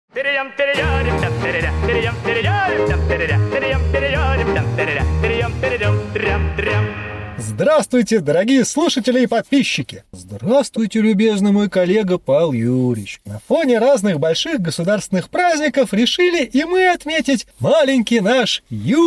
Здравствуйте, дорогие слушатели и подписчики! Здравствуйте, любезный мой коллега Павел Юрьевич! На фоне разных больших государственных праздников решили и мы отметить маленький наш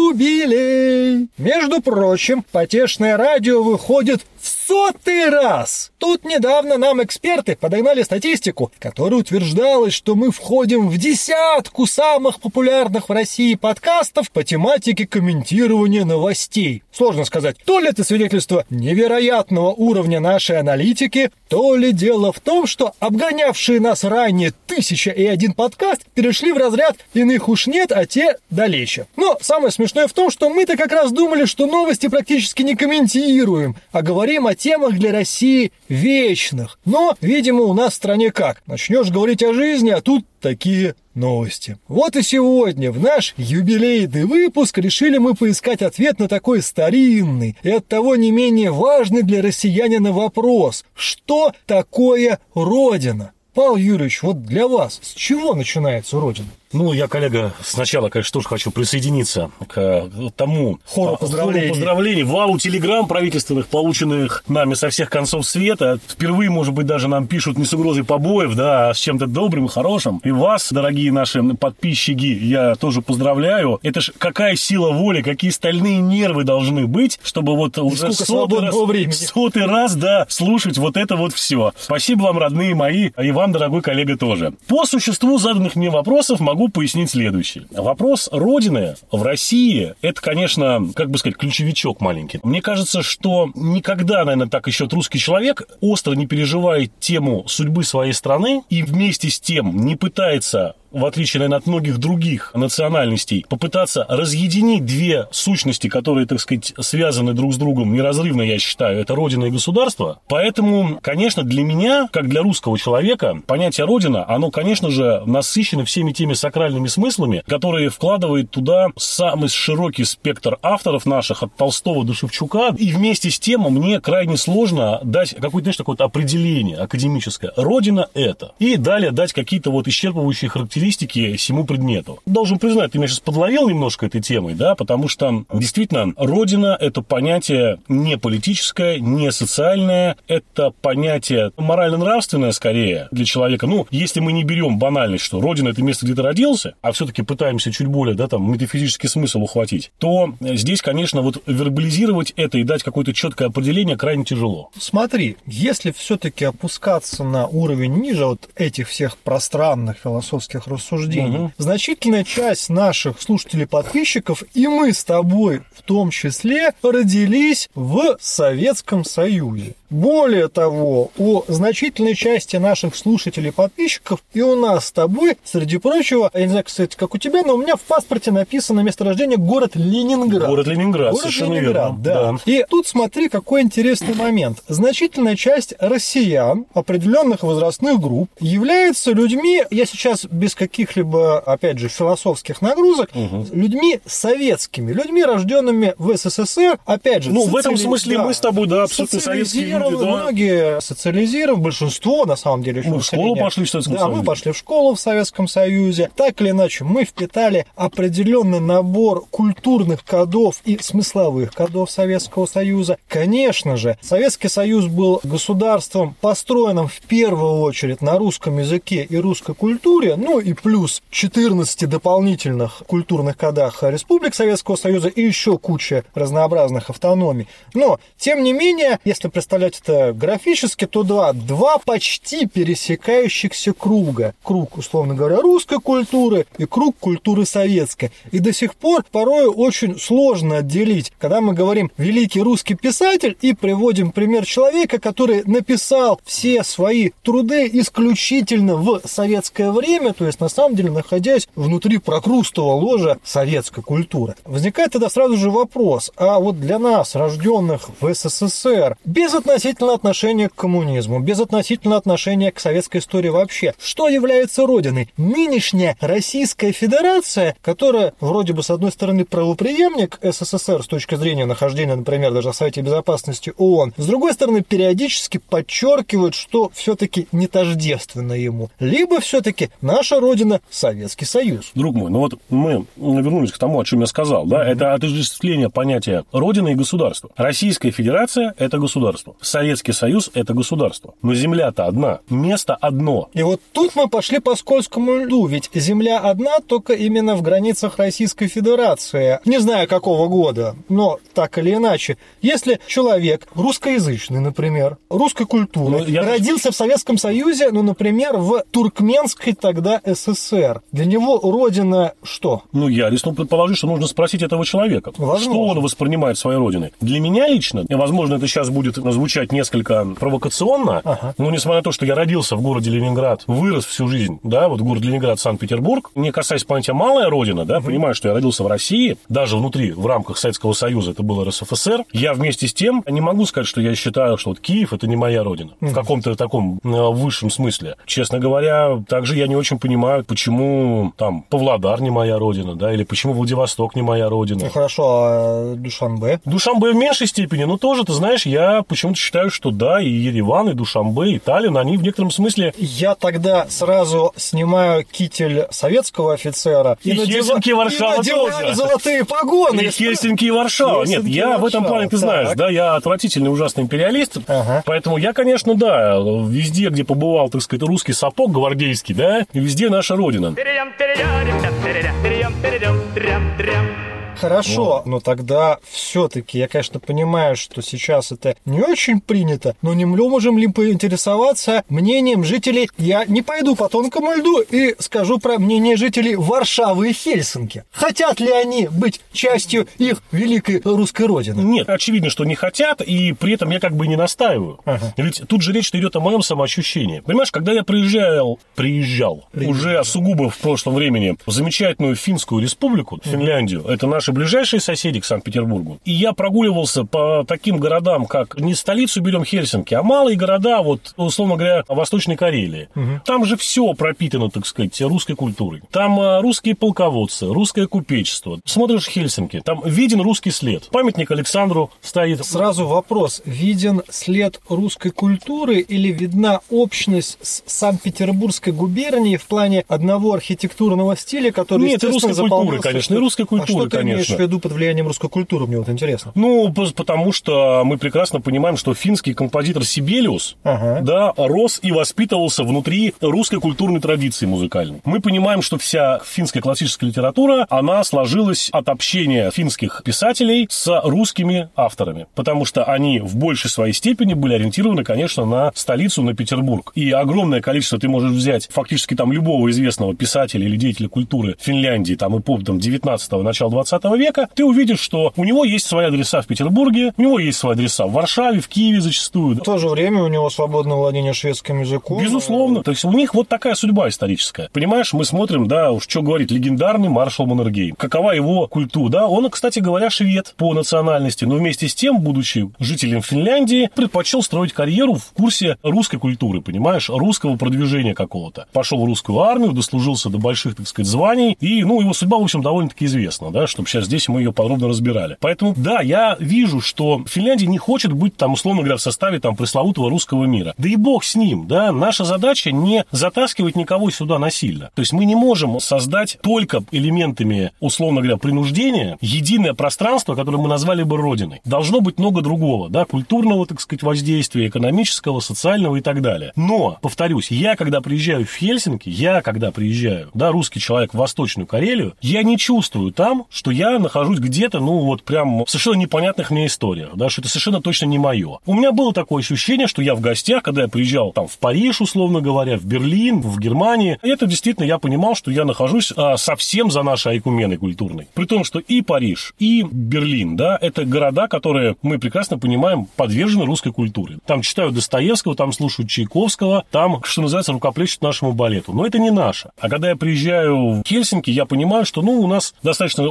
юбилей! Между прочим, потешное радио выходит в 100-й раз! Тут недавно нам эксперты подогнали статистику, в которой утверждалось, что мы входим в 10-ку самых популярных в России подкастов по тематике комментирования новостей. Сложно сказать, то ли это свидетельство невероятного уровня нашей аналитики, то ли дело в том, что обгонявшие нас ранее 1001 подкаст перешли в разряд «иных уж нет, а те далече». Но самое смешное в том, что мы-то как раз думали, что новости практически не комментируем, а говорим о темах для России вечных. Но, видимо, у нас в стране как? Начнешь говорить о жизни, а тут такие новости. Вот и сегодня в наш юбилейный выпуск решили мы поискать ответ на такой старинный и оттого не менее важный для россиянина вопрос: что такое Родина? Павел Юрьевич, вот для вас с чего начинается Родина? Ну, я, коллега, сначала, конечно, тоже хочу присоединиться к тому хору поздравлений, валу телеграмм правительственных, полученных нами со всех концов света. Впервые, может быть, даже нам пишут не с угрозой побоев, да, а с чем-то добрым и хорошим. И вас, дорогие наши подписчики, я тоже поздравляю. Это ж какая сила воли, какие стальные нервы должны быть, чтобы вот уже сотый раз, да, слушать вот это вот все. Спасибо вам, родные мои, и вам, дорогой коллега, тоже. По существу заданных мне вопросов могу пояснить следующее. Вопрос Родины в России – это, конечно, как бы сказать, ключевичок маленький. Мне кажется, что никогда, наверное, так еще русский человек остро не переживает тему судьбы своей страны и вместе с тем не пытается, в отличие, наверное, от многих других национальностей, попытаться разъединить две сущности, которые, так сказать, связаны друг с другом неразрывно, я считаю, это Родина и государство. Поэтому, конечно, для меня, как для русского человека, понятие Родина, оно, конечно же, насыщено всеми теми сакральными смыслами, которые вкладывает туда самый широкий спектр авторов наших, от Толстого до Шевчука. И вместе с тем мне крайне сложно дать какое-то, знаешь, такое определение академическое. Родина – это. И далее дать какие-то вот исчерпывающие характеристики всему предмету. Должен признать, ты меня сейчас подловил немножко этой темой, да, потому что действительно Родина – это понятие не политическое, не социальное, это понятие морально-нравственное скорее для человека. Ну, если мы не берем банальность, что Родина – это место, где ты родился, а все-таки пытаемся чуть более, да, там, метафизический смысл ухватить, то здесь, конечно, вот вербализировать это и дать какое-то четкое определение крайне тяжело. Смотри, если все-таки опускаться на уровень ниже вот этих всех пространных философских рассуждений, значительная часть наших слушателей-подписчиков, и мы с тобой в том числе, родились в Советском Союзе. Более того, у значительной части наших слушателей-подписчиков и у нас с тобой, среди прочего, я не знаю, кстати, как у тебя, но у меня в паспорте написано место рождения город Ленинград. Город Ленинград, совершенно верно. Да. И тут смотри, какой интересный момент. Значительная часть россиян определенных возрастных групп являются людьми, я сейчас без каких-либо, опять же, философских нагрузок, людьми советскими, людьми, рожденными в СССР, опять же, ну, в этом смысле мы с тобой, да, абсолютно советские люди, да. Многие социализированы, большинство, на самом деле, еще мы в школу пошли в Советском Союзе. Да, мы пошли в школу в Советском Союзе. Так или иначе, мы впитали определенный набор культурных кодов и смысловых кодов Советского Союза. Конечно же, Советский Союз был государством, построенным в первую очередь на русском языке и русской культуре, ну и плюс 14 дополнительных культурных кодах республик Советского Союза и еще куча разнообразных автономий. Но, тем не менее, если представлять это графически, то два почти пересекающихся круга. Круг, условно говоря, русской культуры и круг культуры советской. И до сих пор порой очень сложно отделить, когда мы говорим «великий русский писатель» и приводим пример человека, который написал все свои труды исключительно в советское время, то есть на самом деле находясь внутри прокрустового ложа советской культуры. Возникает тогда сразу же вопрос, а вот для нас, рожденных в СССР, без отношения относительно отношения к коммунизму, без относительно отношения к советской истории вообще. Что является родиной? Нынешняя Российская Федерация, которая вроде бы с одной стороны правопреемник СССР с точки зрения нахождения, например, даже в Совете Безопасности ООН, с другой стороны периодически подчеркивает, что все-таки не тождественно ему. Либо все-таки наша родина Советский Союз. Друг мой, ну вот мы вернулись к тому, о чем я сказал, да, это отождествление понятия родины и государства. Российская Федерация – это государство, Советский Союз – это государство, но земля-то одна, место одно. И вот тут мы пошли по скользкому льду, ведь земля одна, только именно в границах Российской Федерации. Не знаю, какого года, но так или иначе, если человек русскоязычный, например, русской культуры, родился в Советском Союзе, ну, например, в Туркменской тогда ССР, для него родина что? Ну, я рискну предположить, что нужно спросить этого человека, Возможно. Что он воспринимает своей родиной. Для меня лично, и, возможно, это сейчас будет звучать несколько провокационно, но несмотря на то, что я родился в городе Ленинград, вырос всю жизнь, да, вот город Ленинград, Санкт-Петербург, не касаясь понятия «малая родина», да, понимаю, что я родился в России, даже внутри, в рамках Советского Союза, это был РСФСР, я вместе с тем не могу сказать, что я считаю, что вот Киев – это не моя родина, в каком-то таком высшем смысле. Честно говоря, также я не очень понимаю, почему там Павлодар не моя родина, да, или почему Владивосток не моя родина. Ну, хорошо, а Душанбе? Душанбе в меньшей степени, но тоже, ты знаешь, я почему-то считаю, что да, и Ереван, и Душанбе, и Таллин, они в некотором смысле... Я тогда сразу снимаю китель советского офицера и Хельсинки и Варшава тоже. Золотые погоны. И Хельсинки и Варшава. Нет, я в этом плане, ты знаешь, да, я отвратительный, ужасный империалист, поэтому я, конечно, да, везде, где побывал, так сказать, русский сапог гвардейский, да, и везде наша родина. Хорошо, но тогда все-таки я, конечно, понимаю, что сейчас это не очень принято, но не можем ли поинтересоваться мнением жителей? Я не пойду по тонкому льду и скажу про мнение жителей Варшавы и Хельсинки. Хотят ли они быть частью их великой русской родины? Нет, очевидно, что не хотят, и при этом я как бы не настаиваю. Ведь тут же речь идет о моем самоощущении. Понимаешь, когда я приезжал уже сугубо в прошлом времени в замечательную Финскую республику, Финляндию, это наши ближайшие соседи к Санкт-Петербургу. И я прогуливался по таким городам, как не столицу берем Хельсинки, а малые города, вот, условно говоря, Восточной Карелии. Там же все пропитано, так сказать, русской культурой. Там русские полководцы, русское купечество. Смотришь Хельсинки, там виден русский след. Памятник Александру стоит. Сразу вопрос. Виден след русской культуры или видна общность с Санкт-Петербургской губернией в плане одного архитектурного стиля, который, нет, и русской культуры, конечно, и русской культуры, конечно. Имеешь в виду под влиянием русской культуры, мне вот интересно. Ну, потому что мы прекрасно понимаем, что финский композитор Сибелиус, да, рос и воспитывался внутри русской культурной традиции музыкальной. Мы понимаем, что вся финская классическая литература, она сложилась от общения финских писателей с русскими авторами, потому что они в большей своей степени были ориентированы, конечно, на столицу, на Петербург. И огромное количество, ты можешь взять фактически там любого известного писателя или деятеля культуры Финляндии, там, эпох 19-го, начала 20 века, ты увидишь, что у него есть свои адреса в Петербурге, у него есть свои адреса в Варшаве, в Киеве зачастую. В то же время у него свободное владение шведским языком. Безусловно. То есть у них вот такая судьба историческая. Понимаешь, мы смотрим, да, уж что говорит легендарный маршал Маннергейм. Какова его культура, да? Он, кстати говоря, швед по национальности, но вместе с тем, будучи жителем Финляндии, предпочел строить карьеру в курсе русской культуры, понимаешь, русского продвижения какого-то. Пошел в русскую армию, дослужился до больших, так сказать, званий, и, ну, его судьба, в общем, довольно-таки известна, да, чтобы сейчас здесь мы ее подробно разбирали. Поэтому, да, я вижу, что Финляндия не хочет быть, там, условно говоря, в составе, там, пресловутого русского мира. Да и бог с ним, да, наша задача не затаскивать никого сюда насильно. То есть мы не можем создать только элементами, условно говоря, принуждения единое пространство, которое мы назвали бы родиной. Должно быть много другого, да, культурного, так сказать, воздействия, экономического, социального и так далее. Но, повторюсь, я, когда приезжаю в Хельсинки, да, русский человек в Восточную Карелию, я не чувствую там, что я нахожусь где-то, ну, вот прям в совершенно непонятных мне историях, да, что это совершенно точно не мое. У меня было такое ощущение, что я в гостях, когда я приезжал там в Париж, условно говоря, в Берлин, в Германии, это действительно я понимал, что я нахожусь совсем за нашей айкуменой культурной. При том, что и Париж, и Берлин, да, это города, которые, мы прекрасно понимаем, подвержены русской культуре. Там читают Достоевского, там слушают Чайковского, там, что называется, рукоплещут нашему балету. Но это не наше. А когда я приезжаю в Хельсинки, я понимаю, что, ну, у нас достаточно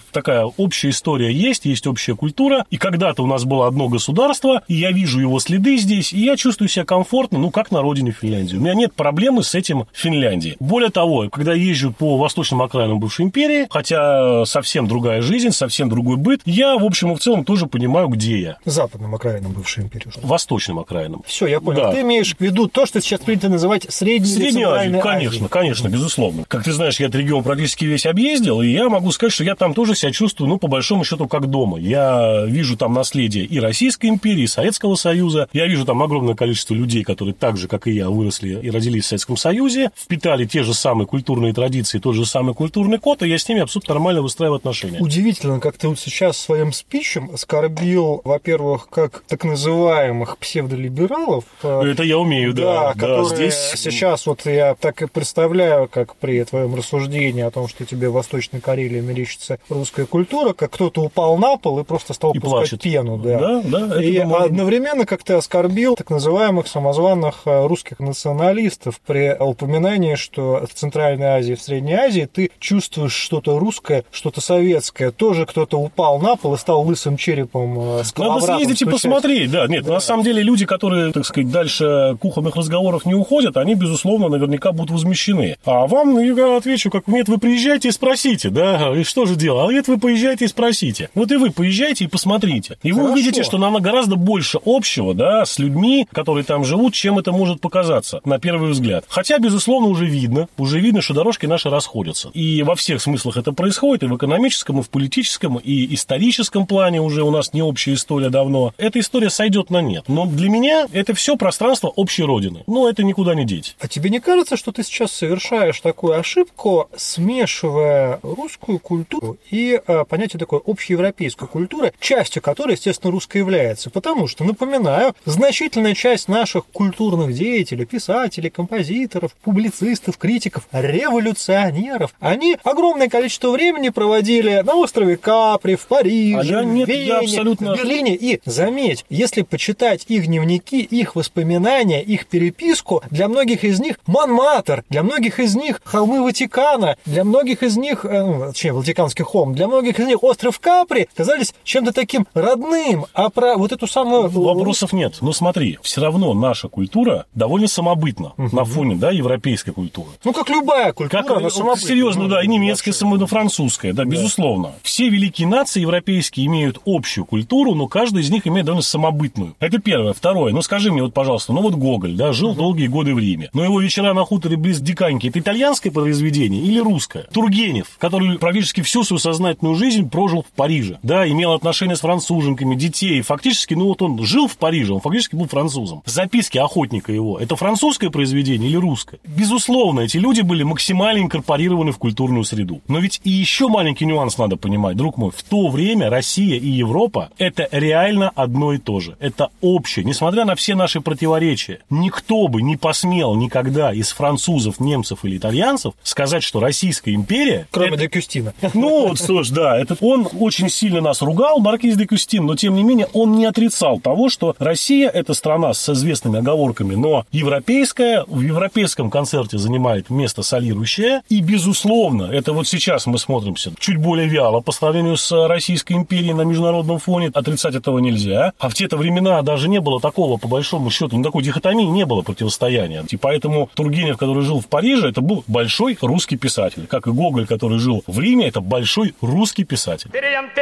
такая общая история есть общая культура, и когда-то у нас было одно государство, и я вижу его следы здесь, и я чувствую себя комфортно, как на родине Финляндии. У меня нет проблемы с этим в Финляндии. Более того, когда я езжу по восточным окраинам бывшей империи, хотя совсем другая жизнь, совсем другой быт, я, в общем и в целом, тоже понимаю, где я. Западным окраинам бывшей империи. Восточным окраинам. Все, я понял. Да. Ты имеешь в виду то, что сейчас принято называть Средней Азией. Конечно, безусловно. Как ты знаешь, я этот регион практически весь объездил, и я могу сказать, что я там тоже себя чувствую, по большому счету, как дома. Я вижу там наследие и Российской империи, и Советского Союза. Я вижу там огромное количество людей, которые так же, как и я, выросли и родились в Советском Союзе, впитали те же самые культурные традиции, тот же самый культурный код, и я с ними абсолютно нормально выстраиваю отношения. Удивительно, как ты вот сейчас своим спичем оскорбил, во-первых, как так называемых псевдолибералов. Это я умею, да. Которые здесь... сейчас вот я так и представляю, как при твоем рассуждении о том, что тебе в Восточной Карелии мерещится русская культура, как кто-то упал на пол и просто стал пускать плачет. пену. Да. Это и одновременно, как ты оскорбил так называемых самозваных русских националистов при упоминании, что в Центральной Азии, в Средней Азии ты чувствуешь что-то русское, что-то советское. Тоже кто-то упал на пол и стал лысым черепом с коловратом. Надо съездить и посмотреть, да. Нет, на самом деле люди, которые, так сказать, дальше кухонных разговоров не уходят, они, безусловно, наверняка будут возмущены. А вам, я отвечу, как нет, вы приезжайте и спросите, да, и что же дело? А нет, вы поезжайте и спросите. Вот и вы поезжайте и посмотрите. И вы увидите, что нам гораздо больше общего, да, с людьми, которые там живут, чем это может показаться на первый взгляд. Хотя, безусловно, уже видно, что дорожки наши расходятся. И во всех смыслах это происходит, и в экономическом, и в политическом, и историческом плане уже у нас не общая история давно. Эта история сойдет на нет. Но для меня это все пространство общей родины. Это никуда не деть. А тебе не кажется, что ты сейчас совершаешь такую ошибку, смешивая русскую культуру и понятие такой общеевропейской культуры, частью которой, естественно, русская является? Потому что, напоминаю, значительная часть наших культурных деятелей, писателей, композиторов, публицистов, критиков, революционеров, они огромное количество времени проводили на острове Капри, в Париже, в Вене, в Берлине. И, заметь, если почитать их дневники, их воспоминания, их переписку, для многих из них Монмартр, для многих из них холмы Ватикана, для многих из них, точнее, Ватиканский холм, для многих из них остров Капри казались чем-то таким родным, а про вот эту самую... Вопросов нет. Но смотри, все равно наша культура довольно самобытна на фоне, да, европейской культуры. Как любая культура, она самобытна. Серьезно, да, и немецкая, французская, да, безусловно. Все великие нации европейские имеют общую культуру, но каждая из них имеет довольно самобытную. Это первое. Второе. Скажи мне, пожалуйста, Гоголь, да, жил долгие годы в Риме. Но его «Вечера на хуторе близ Диканьки» — это итальянское произведение или русское? Тургенев, который практически всю свою сознательную жизнь прожил в Париже, да, имел отношения с француженками, детей. Фактически, он жил в Париже, он фактически был французом. Записки охотника его — это французское произведение или русское? Безусловно, эти люди были максимально инкорпорированы в культурную среду. Но ведь и еще маленький нюанс надо понимать, друг мой. В то время Россия и Европа — это реально одно и то же. Это общее. Несмотря на все наши противоречия, никто бы не посмел никогда из французов, немцев или итальянцев сказать, что Российская империя... Кроме де Кюстина. Слушай, да, он очень сильно нас ругал, маркиз де Кюстин, но тем не менее он не отрицал того, что Россия — это страна с известными оговорками, но европейская, в европейском концерте занимает место солирующее, и, безусловно, это сейчас мы смотримся чуть более вяло по сравнению с Российской империей на международном фоне, отрицать этого нельзя, а в те-то времена даже не было такого, по большому счету, никакой дихотомии не было противостояния, и поэтому Тургенев, который жил в Париже, это был большой русский писатель, как и Гоголь, который жил в Риме, это большой русский писатель.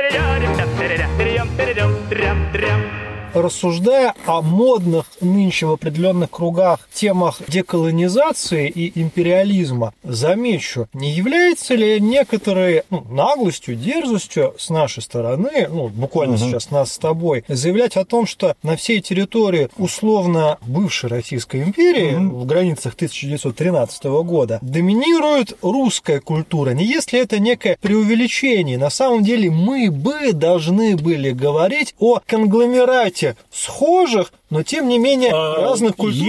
Рассуждая о модных нынче в определенных кругах темах деколонизации и империализма, замечу, не является ли некоторой наглостью, дерзостью с нашей стороны, буквально сейчас нас с тобой, заявлять о том, что на всей территории условно бывшей Российской империи в границах 1913 года доминирует русская культура? Не если это некое преувеличение? На самом деле мы бы должны были говорить о конгломерате схожих, но тем не менее разных культур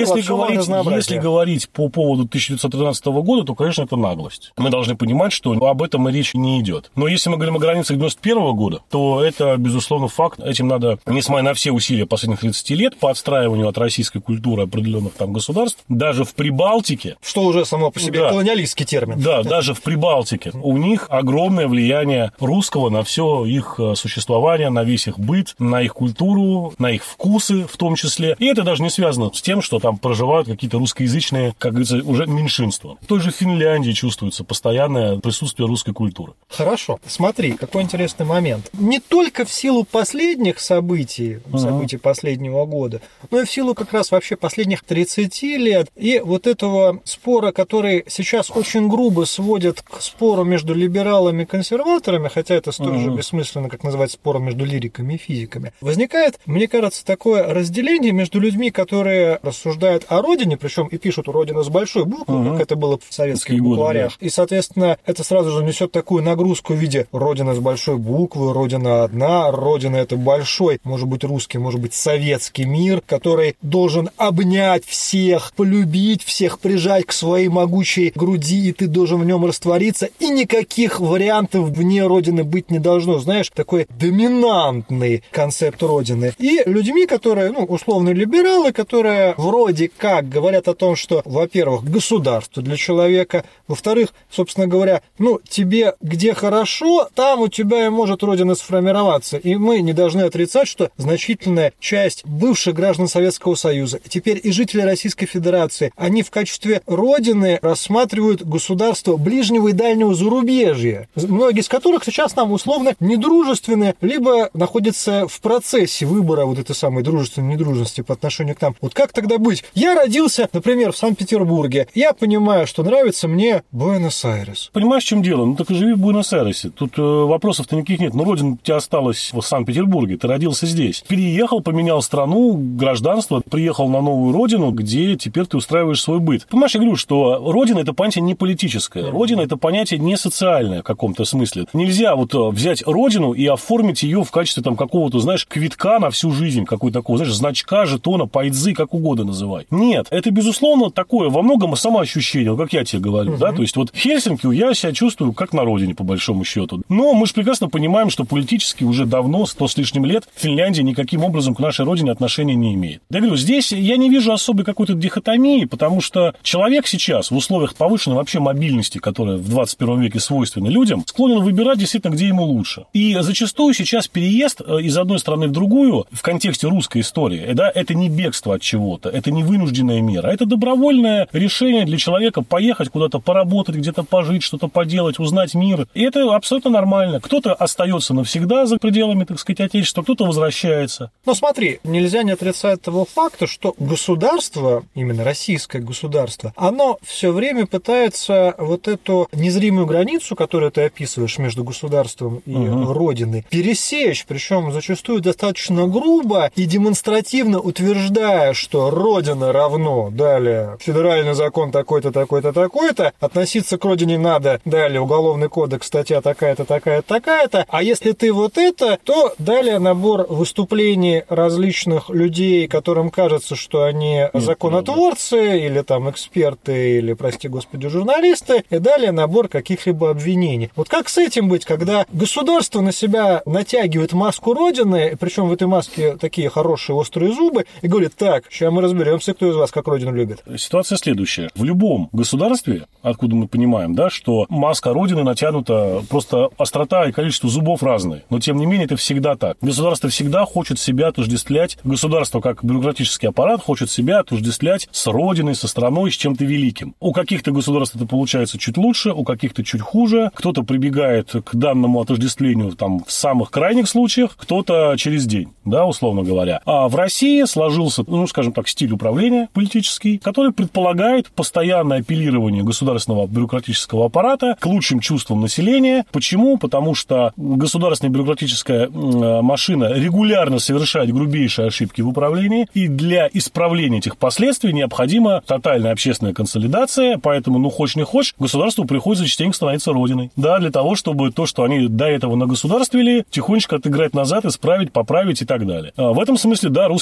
если говорить по поводу 1913 года, то, конечно, это наглость. Мы должны понимать, что об этом и речи не идет. Но если мы говорим о границах 91 года, то это, безусловно, факт. Этим надо, несмотря на все усилия последних 30 лет по отстраиванию от российской культуры определенных там государств, даже в Прибалтике... Что уже само по себе колониалистский термин. Да, даже в Прибалтике у них огромное влияние русского на все их существование, на весь их быт, на их культуру, на их вкусы в том числе. И это даже не связано с тем, что там проживают какие-то русскоязычные, как говорится, уже меньшинства. В той же Финляндии чувствуется постоянное присутствие русской культуры. Хорошо. Смотри, какой интересный момент. Не только в силу последних событий последнего года, но и в силу как раз вообще последних 30 лет и вот этого спора, который сейчас очень грубо сводят к спору между либералами и консерваторами, хотя это столь же бессмысленно, как называть спором между лириками и физиками, возникает, мне кажется, такое разделение между людьми, которые рассуждают о родине, причем и пишут «Родина» с большой буквы, как это было в советских букварях, и, соответственно, это сразу же несет такую нагрузку в виде «Родина» с большой буквы, Родина одна, Родина — это большой, может быть, русский, может быть, советский мир, который должен обнять всех, полюбить всех, прижать к своей могучей груди, и ты должен в нем раствориться, и никаких вариантов вне Родины быть не должно. Знаешь, такой доминантный концепт Родины. И людьми, которые, условно либералы, которые вроде как говорят о том, что, во-первых, государство для человека, во-вторых, собственно говоря, тебе где хорошо, там у тебя и может Родина сформироваться. И мы не должны отрицать, что значительная часть бывших граждан Советского Союза, теперь и жители Российской Федерации, они в качестве Родины рассматривают государство ближнего и дальнего зарубежья, многие из которых сейчас нам условно недружественны, либо находятся в процессе выбора вот этой самой дружественной недружественности по отношению к нам. Вот как тогда быть? Я родился, например, в Санкт-Петербурге. Я понимаю, что нравится мне Буэнос-Айрес. Понимаешь, в чем дело? Так и живи в Буэнос-Айресе. Тут вопросов-то никаких нет. Родина у тебя осталась в Санкт-Петербурге. Ты родился здесь. Переехал, поменял страну, гражданство, приехал на новую родину, где теперь ты устраиваешь свой быт. Понимаешь, я говорю, что Родина – это понятие не политическое. Родина – это понятие не социальное в каком-то смысле. Нельзя взять Родину и оформить ее в качестве какого-то, квитка на всю жизнь, какой-то такого, значка, жетона, пайдзы, как угодно называй. Нет, это, безусловно, такое во многом самоощущение, как я тебе говорю, да, то есть в Хельсинки я себя чувствую как на родине, по большому счету. Но мы же прекрасно понимаем, что политически уже давно, 100 с лишним лет, Финляндия никаким образом к нашей родине отношения не имеет. Я говорю, здесь я не вижу особой какой-то дихотомии, потому что человек сейчас в условиях повышенной вообще мобильности, которая в 21 веке свойственна людям, склонен выбирать действительно, где ему лучше. И зачастую сейчас переезд из одной страны в другую в контексте русской истории, да, это не бегство от чего-то, это не вынужденная мера, это добровольное решение для человека поехать куда-то поработать, где-то пожить, что-то поделать, узнать мир. И это абсолютно нормально. Кто-то остается навсегда за пределами, так сказать, отечества, кто-то возвращается. Но смотри, нельзя не отрицать того факта, что государство, именно российское государство, оно все время пытается вот эту незримую границу, которую ты описываешь между государством и Родиной, пересечь, причем зачастую достаточно грубо и демонстративно утверждая, что Родина равно, далее, федеральный закон такой-то, такой-то, такой-то, относиться к Родине надо, далее, уголовный кодекс, статья такая-то, такая-то, такая-то, а если ты вот это, то далее набор выступлений различных людей, которым кажется, что они законотворцы, или там эксперты, или, прости господи, журналисты, и далее набор каких-либо обвинений. Вот как с этим быть, когда государство на себя натягивает маску Родины, причем в этой маске такие хорошие острые зубы, и говорит, так, сейчас мы разберемся, кто из вас как Родину любит. Ситуация следующая. В любом государстве, откуда мы понимаем, да, что маска Родины натянута, просто острота и количество зубов разные, но тем не менее это всегда так. Государство всегда хочет себя отождествлять, государство как бюрократический аппарат хочет себя отождествлять с Родиной, со страной, с чем-то великим. У каких-то государств это получается чуть лучше, у каких-то чуть хуже, кто-то прибегает к данному отождествлению там в самых крайних случаях, кто-то через день, да, условно говоря. А в России сложился, скажем так, стиль управления политический, который предполагает постоянное апеллирование государственного бюрократического аппарата к лучшим чувствам населения. Почему? Потому что государственная бюрократическая машина регулярно совершает грубейшие ошибки в управлении, и для исправления этих последствий необходима тотальная общественная консолидация, поэтому, хочешь не хочешь, государству приходится частенько становиться родиной. Да, для того, чтобы то, что они до этого нагосударствовали, тихонечко отыграть назад, исправить, поправить и так далее. В этом смысле, да, русский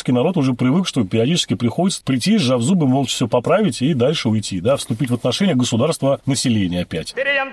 русский народ уже привык, что периодически приходится прийти, сжав зубы, молча все поправить и дальше уйти, да, вступить в отношения государства населения опять.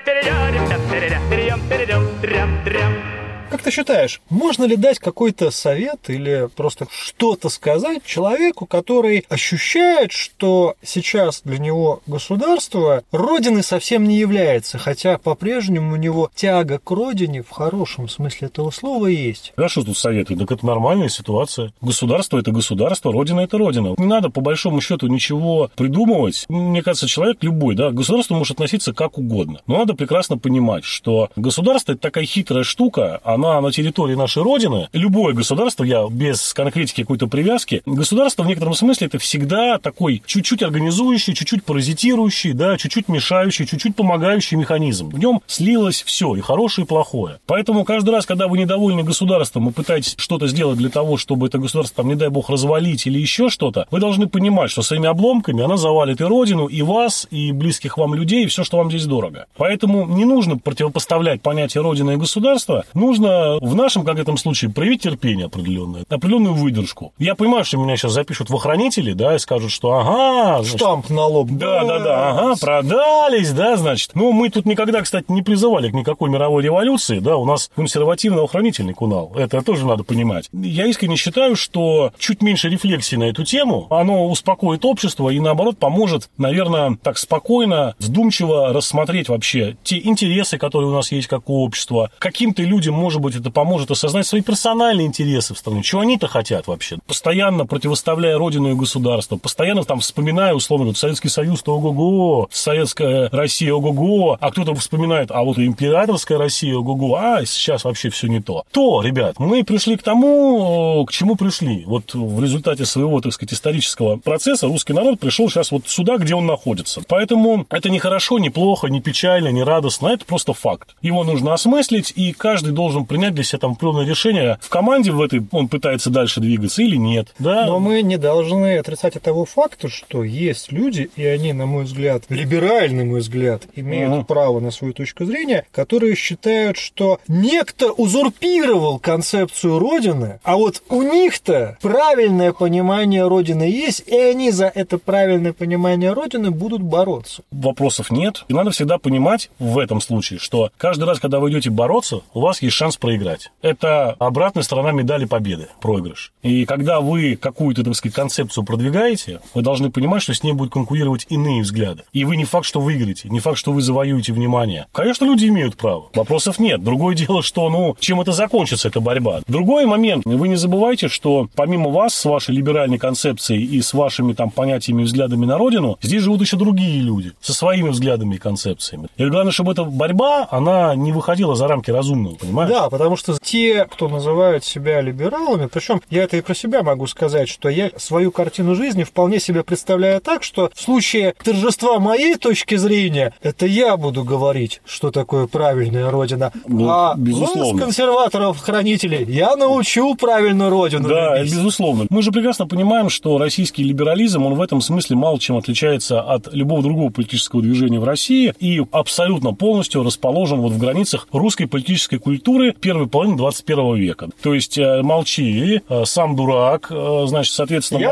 Как ты считаешь, можно ли дать какой-то совет или просто что-то сказать человеку, который ощущает, что сейчас для него государство родиной совсем не является, хотя по-прежнему у него тяга к родине в хорошем смысле этого слова есть? А что тут советую? Так это нормальная ситуация. Государство – это государство, родина – это родина. Не надо, по большому счету, ничего придумывать. Мне кажется, человек любой, да, к государству может относиться как угодно. Но надо прекрасно понимать, что государство – это такая хитрая штука, она на территории нашей Родины, любое государство, я без конкретики какой-то привязки, государство в некотором смысле это всегда такой чуть-чуть организующий, чуть-чуть паразитирующий, да, чуть-чуть мешающий, чуть-чуть помогающий механизм. В нем слилось все, и хорошее, и плохое. Поэтому каждый раз, когда вы недовольны государством и пытаетесь что-то сделать для того, чтобы это государство, там, не дай бог, развалить или еще что-то, вы должны понимать, что своими обломками она завалит и Родину, и вас, и близких вам людей, и все, что вам здесь дорого. Поэтому не нужно противопоставлять понятие Родина и государства, нужно в нашем конкретном случае проявить терпение определенное, определенную выдержку. Я понимаю, что меня сейчас запишут в охранители, да, и скажут, что ага... Значит, штамп на лоб. Да, ага, продались, да, значит. Ну, мы тут никогда, кстати, не призывали к никакой мировой революции, да, у нас консервативно-охранительный кунал. Это тоже надо понимать. Я искренне считаю, что чуть меньше рефлексии на эту тему, оно успокоит общество и, наоборот, поможет, наверное, так спокойно, вдумчиво рассмотреть вообще те интересы, которые у нас есть как у общества. Каким-то людям, может быть, это поможет осознать свои персональные интересы в стране. Чего они-то хотят вообще? Постоянно противоставляя родину и государство, постоянно там вспоминая, условно, Советский Союз-то ого-го, Советская Россия ого-го, а кто-то вспоминает, а вот и императорская Россия ого-го, а сейчас вообще все не то. То, ребят, мы пришли к тому, к чему пришли. Вот в результате своего, так сказать, исторического процесса русский народ пришел сейчас вот сюда, где он находится. Поэтому это не хорошо, не плохо, не печально, не радостно, это просто факт. Его нужно осмыслить, и каждый должен принять для себя там определенное решение, в команде в этой он пытается дальше двигаться или нет. Да? Но мы не должны отрицать того факта, что есть люди, и они, на мой взгляд, либеральный мой взгляд, имеют право на свою точку зрения, которые считают, что некто узурпировал концепцию Родины, а вот у них-то правильное понимание Родины есть, и они за это правильное понимание Родины будут бороться. Вопросов нет. И надо всегда понимать в этом случае, что каждый раз, когда вы идете бороться, у вас есть шанс проиграть. Это обратная сторона медали победы, проигрыш. И когда вы какую-то, так сказать, концепцию продвигаете, вы должны понимать, что с ней будут конкурировать иные взгляды. И вы не факт, что выиграете, не факт, что вы завоюете внимание. Конечно, люди имеют право. Вопросов нет. Другое дело, что, чем это закончится, эта борьба. Другой момент. Вы не забывайте, что помимо вас, с вашей либеральной концепцией и с вашими там понятиями и взглядами на Родину, здесь живут еще другие люди со своими взглядами и концепциями. И главное, чтобы эта борьба, она не выходила за рамки разумного, понимаешь? Да, потому что те, кто называют себя либералами, причем я это и про себя могу сказать, что я свою картину жизни вполне себе представляю так, что в случае торжества моей точки зрения, это я буду говорить, что такое правильная Родина. Безусловно. Вас, консерваторов-хранителей, я научу правильную Родину. Да, безусловно. Мы же прекрасно понимаем, что российский либерализм, он в этом смысле мало чем отличается от любого другого политического движения в России и абсолютно полностью расположен вот в границах русской политической культуры первой половины 21 века. То есть молчи, сам дурак, значит, соответственно,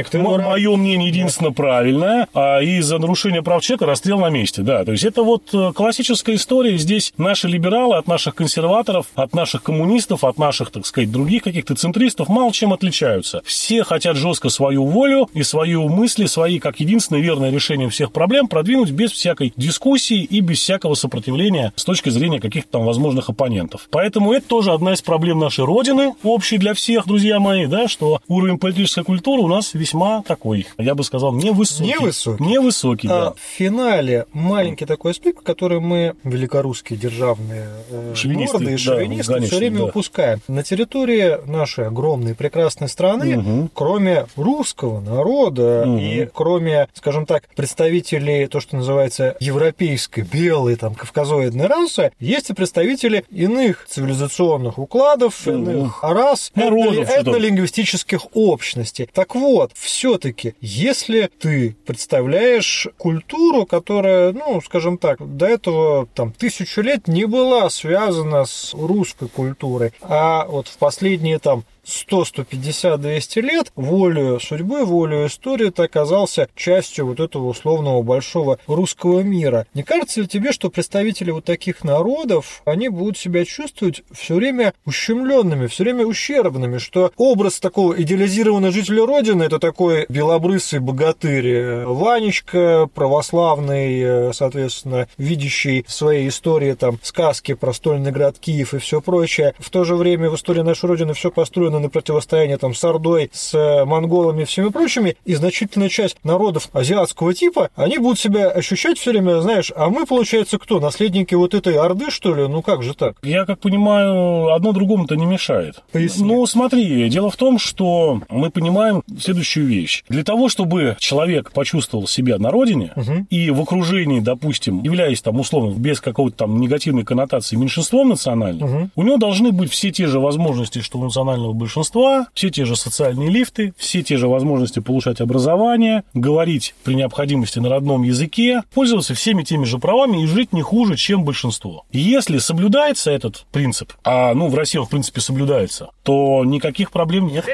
мое мнение единственно правильное, и за нарушение прав человека расстрел на месте. Да, то есть это вот классическая история. Здесь наши либералы от наших консерваторов, от наших коммунистов, от наших, так сказать, других каких-то центристов мало чем отличаются. Все хотят жестко свою волю и свои мысли, свои, как единственное верное решение всех проблем продвинуть без всякой дискуссии и без всякого сопротивления с точки зрения каких-то там возможных оппонентов. Поэтому это тоже одна из проблем нашей Родины, общей для всех, друзья мои, да, что уровень политической культуры у нас весьма такой, я бы сказал, невысокий. Невысокий, да. В финале маленький такой аспект, который мы, великорусские державные морды и шовинисты, конечно, все время упускаем. На территории нашей огромной прекрасной страны, кроме русского народа и кроме, скажем так, представителей, то, что называется европейской, белой, там, кавказоидной расы, есть и представители иных цивилизационных укладов, иных рас, этнолингвистических общностей. Так вот, все-таки, если ты представляешь культуру, которая, скажем так, до этого там 1000 лет не была связана с русской культурой, а вот в последние там 100, 150, 200 лет волею судьбы, волею истории ты оказался частью вот этого условного большого русского мира. Не кажется ли тебе, что представители вот таких народов, они будут себя чувствовать все время ущемленными, все время ущербными, что образ такого идеализированного жителя Родины — это такой белобрысый богатырь Ванечка, православный, соответственно, видящий в своей истории там сказки про стольный град Киев и все прочее. В то же время в истории нашей Родины все построено на противостоянии там с Ордой, с монголами и всеми прочими, и значительная часть народов азиатского типа, они будут себя ощущать все время, знаешь, а мы, получается, кто? Наследники вот этой Орды, что ли? Ну как же так? Я как понимаю, одно другому-то не мешает. Поясни. Ну, смотри, дело в том, что мы понимаем следующую вещь. Для того, чтобы человек почувствовал себя на родине и в окружении, допустим, являясь там условно без какой-то там негативной коннотации меньшинством национальным, у него должны быть все те же возможности, что у национального большинства, все те же социальные лифты, все те же возможности получать образование, говорить при необходимости на родном языке, пользоваться всеми теми же правами и жить не хуже, чем большинство. Если соблюдается этот принцип, а в России он в принципе соблюдается, то никаких проблем нет.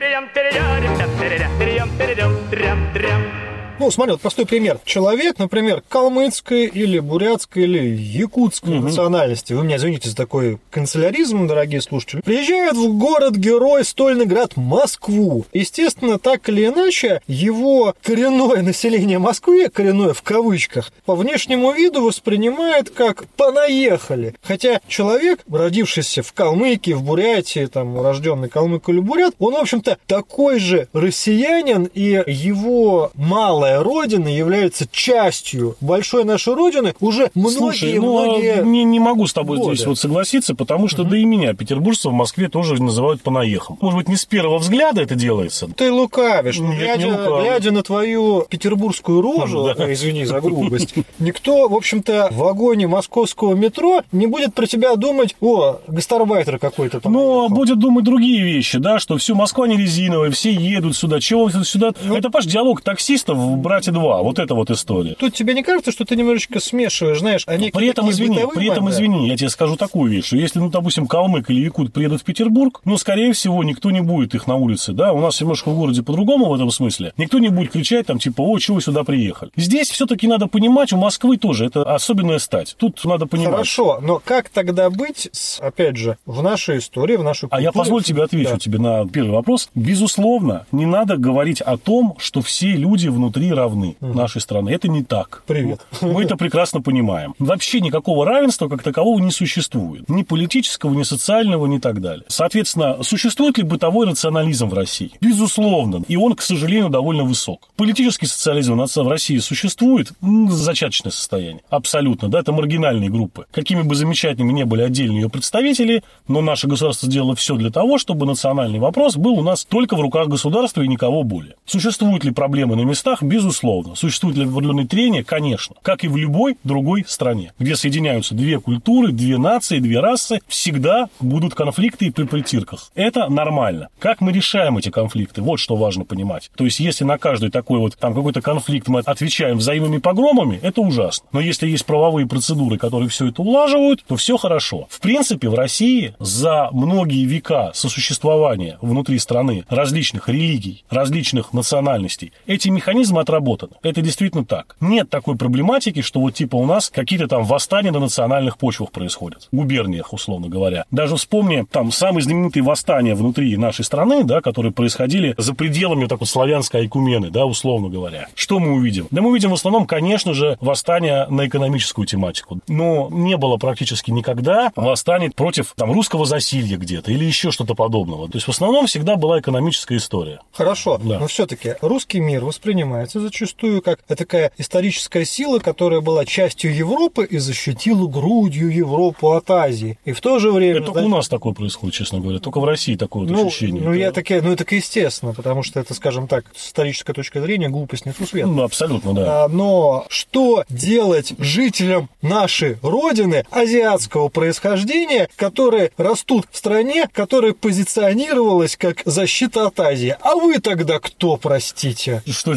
Ну, смотри, вот простой пример. Человек, например, калмыцкой или бурятской или якутской национальности, вы меня извините за такой канцеляризм, дорогие слушатели, приезжает в город-герой, стольный град Москву. Естественно, так или иначе, его коренное население Москвы, коренное в кавычках, по внешнему виду воспринимает как «понаехали». Хотя человек, родившийся в Калмыкии, в Бурятии, там, рожденный калмык или бурят, он, в общем-то, такой же россиянин, и его малая родина является частью большой нашей родины уже многие не могу с тобой годы. Здесь вот согласиться, потому что да и меня, петербуржца, в Москве тоже называют понаехом. Может быть, не с первого взгляда это делается? Ты лукавишь. Глядя на твою петербургскую рожу, извини за грубость, никто, в общем-то, в вагоне московского метро не будет про тебя думать: о, гастарбайтер какой-то там. Но будет думать другие вещи, да, что всю Москва не резиновая, все едут сюда, чего сюда. Это, Паш, диалог таксистов в «Брате 2», вот эта вот история. Тут тебе не кажется, что ты немножечко смешиваешь, знаешь, а при этом, извини, я тебе скажу такую вещь, что если, допустим, калмык или якут приедут в Петербург, скорее всего, никто не будет их на улице, да, у нас немножко в городе по-другому в этом смысле, никто не будет кричать там, типа, о, чего вы сюда приехали. Здесь все-таки надо понимать, у Москвы тоже это особенная стать, тут надо понимать. Хорошо, но как тогда быть, опять же, в нашей истории, в нашей культуре? А я позволь тебе отвечу тебе на первый вопрос. Безусловно, не надо говорить о том, что все люди внутри равны нашей страны. Это не так. Привет. Мы это прекрасно понимаем. Вообще никакого равенства как такового не существует. Ни политического, ни социального, ни так далее. Соответственно, существует ли бытовой рационализм в России? Безусловно. И он, к сожалению, довольно высок. Политический социализм в России существует. Зачаточное состояние. Абсолютно. Да, это маргинальные группы. Какими бы замечательными ни были отдельные ее представители, но наше государство сделало все для того, чтобы национальный вопрос был у нас только в руках государства и никого более. Существуют ли проблемы на местах? Безусловно. Существует ли определенные трения? Конечно. Как и в любой другой стране, где соединяются две культуры, две нации, две расы, всегда будут конфликты и при притирках. Это нормально. Как мы решаем эти конфликты? Вот что важно понимать. То есть, если на каждый такой вот там какой-то конфликт мы отвечаем взаимными погромами, это ужасно. Но если есть правовые процедуры, которые все это улаживают, то все хорошо. В принципе, в России за многие века сосуществования внутри страны различных религий, различных национальностей, эти механизмы отработаны. Это действительно так. Нет такой проблематики, что вот типа у нас какие-то там восстания на национальных почвах происходят. В губерниях, условно говоря. Даже вспомни там самые знаменитые восстания внутри нашей страны, да, которые происходили за пределами так вот славянской айкумены, да, условно говоря. Что мы увидим? Да мы увидим в основном, конечно же, восстания на экономическую тематику. Но не было практически никогда восстаний против там русского засилья где-то или еще что-то подобного. То есть в основном всегда была экономическая история. Хорошо, да. Но все-таки русский мир воспринимается зачастую как такая историческая сила, которая была частью Европы и защитила грудью Европу от Азии. И в то же время... Это только у нас такое происходит, честно говоря. Только в России такое вот ощущение. Это естественно, потому что это, скажем так, с исторической точки зрения глупость несусветная. Абсолютно, да. Но что делать жителям нашей родины азиатского происхождения, которые растут в стране, которая позиционировалась как защита от Азии? А вы тогда кто, простите? Что делать?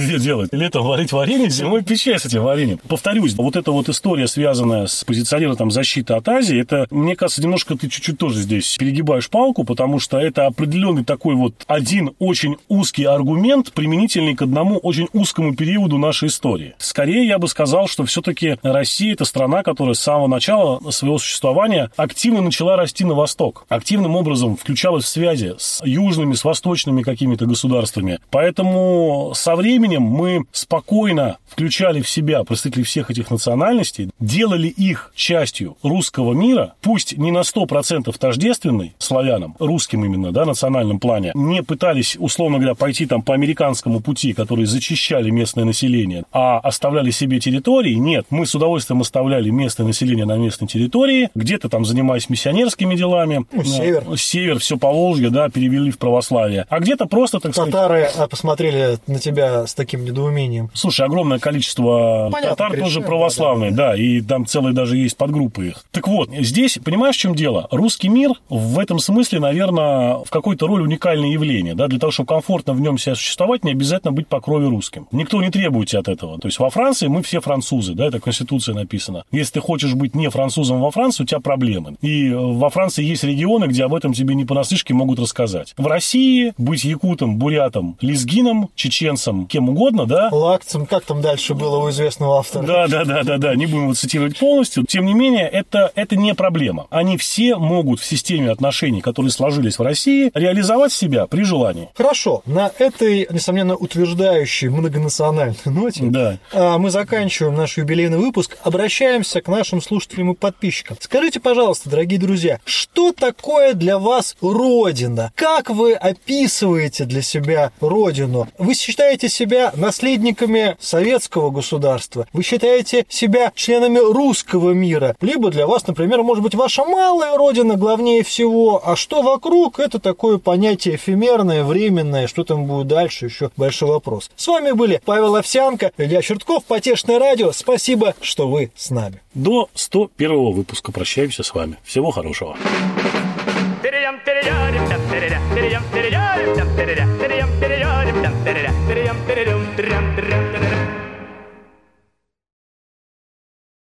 делать. Летом варить варенье, зимой пить чай с этим вареньем. Повторюсь, вот эта вот история, связанная с позиционированием защиты от Азии, это, мне кажется, немножко ты чуть-чуть тоже здесь перегибаешь палку, потому что это определенный такой вот один очень узкий аргумент, применительный к одному очень узкому периоду нашей истории. Скорее, я бы сказал, что все-таки Россия – это страна, которая с самого начала своего существования активно начала расти на восток. Активным образом включалась в связи с южными, с восточными какими-то государствами. Поэтому со временем мы спокойно включали в себя представителей всех этих национальностей, делали их частью русского мира, пусть не на 100% тождественной славянам, русским именно, да, национальном плане, не пытались, условно говоря, пойти там по американскому пути, которые зачищали местное население, а оставляли себе территории. Нет, мы с удовольствием оставляли местное население на местной территории, где-то там занимаясь миссионерскими делами. Север, все Поволжье, да, перевели в православие. А где-то просто, так сказать... Татары посмотрели на тебя с таким недоумением. Слушай, огромное количество татар тоже православные, да, и там целые даже есть подгруппы их. Так вот, здесь, понимаешь, в чем дело? Русский мир в этом смысле, наверное, в какой-то роли уникальное явление, да, для того, чтобы комфортно в нем себя существовать, не обязательно быть по крови русским. Никто не требует от этого. То есть во Франции мы все французы, да, это в Конституции написано. Если ты хочешь быть не французом во Франции, у тебя проблемы. И во Франции есть регионы, где об этом тебе не понаслышке могут рассказать. В России быть якутом, бурятом, лезгином, чеченцем, кем угодно, да. Лакцем, как там дальше было у известного автора. Да, не будем его цитировать полностью. Тем не менее, это не проблема. Они все могут в системе отношений, которые сложились в России, реализовать себя при желании. Хорошо. На этой, несомненно, утверждающей многонациональной ноте мы заканчиваем наш юбилейный выпуск. Обращаемся к нашим слушателям и подписчикам. Скажите, пожалуйста, дорогие друзья, что такое для вас Родина? Как вы описываете для себя Родину? Вы считаете себя наследниками советского государства? Вы считаете себя членами русского мира? Либо для вас, например, может быть, ваша малая Родина главнее всего, а что вокруг, это такое понятие эфемерное, временное, что там будет дальше, еще большой вопрос. С вами были Павел Овсянко, Илья Чертков, Потешное радио. Спасибо, что вы с нами. До 101 выпуска прощаемся с вами. Всего хорошего.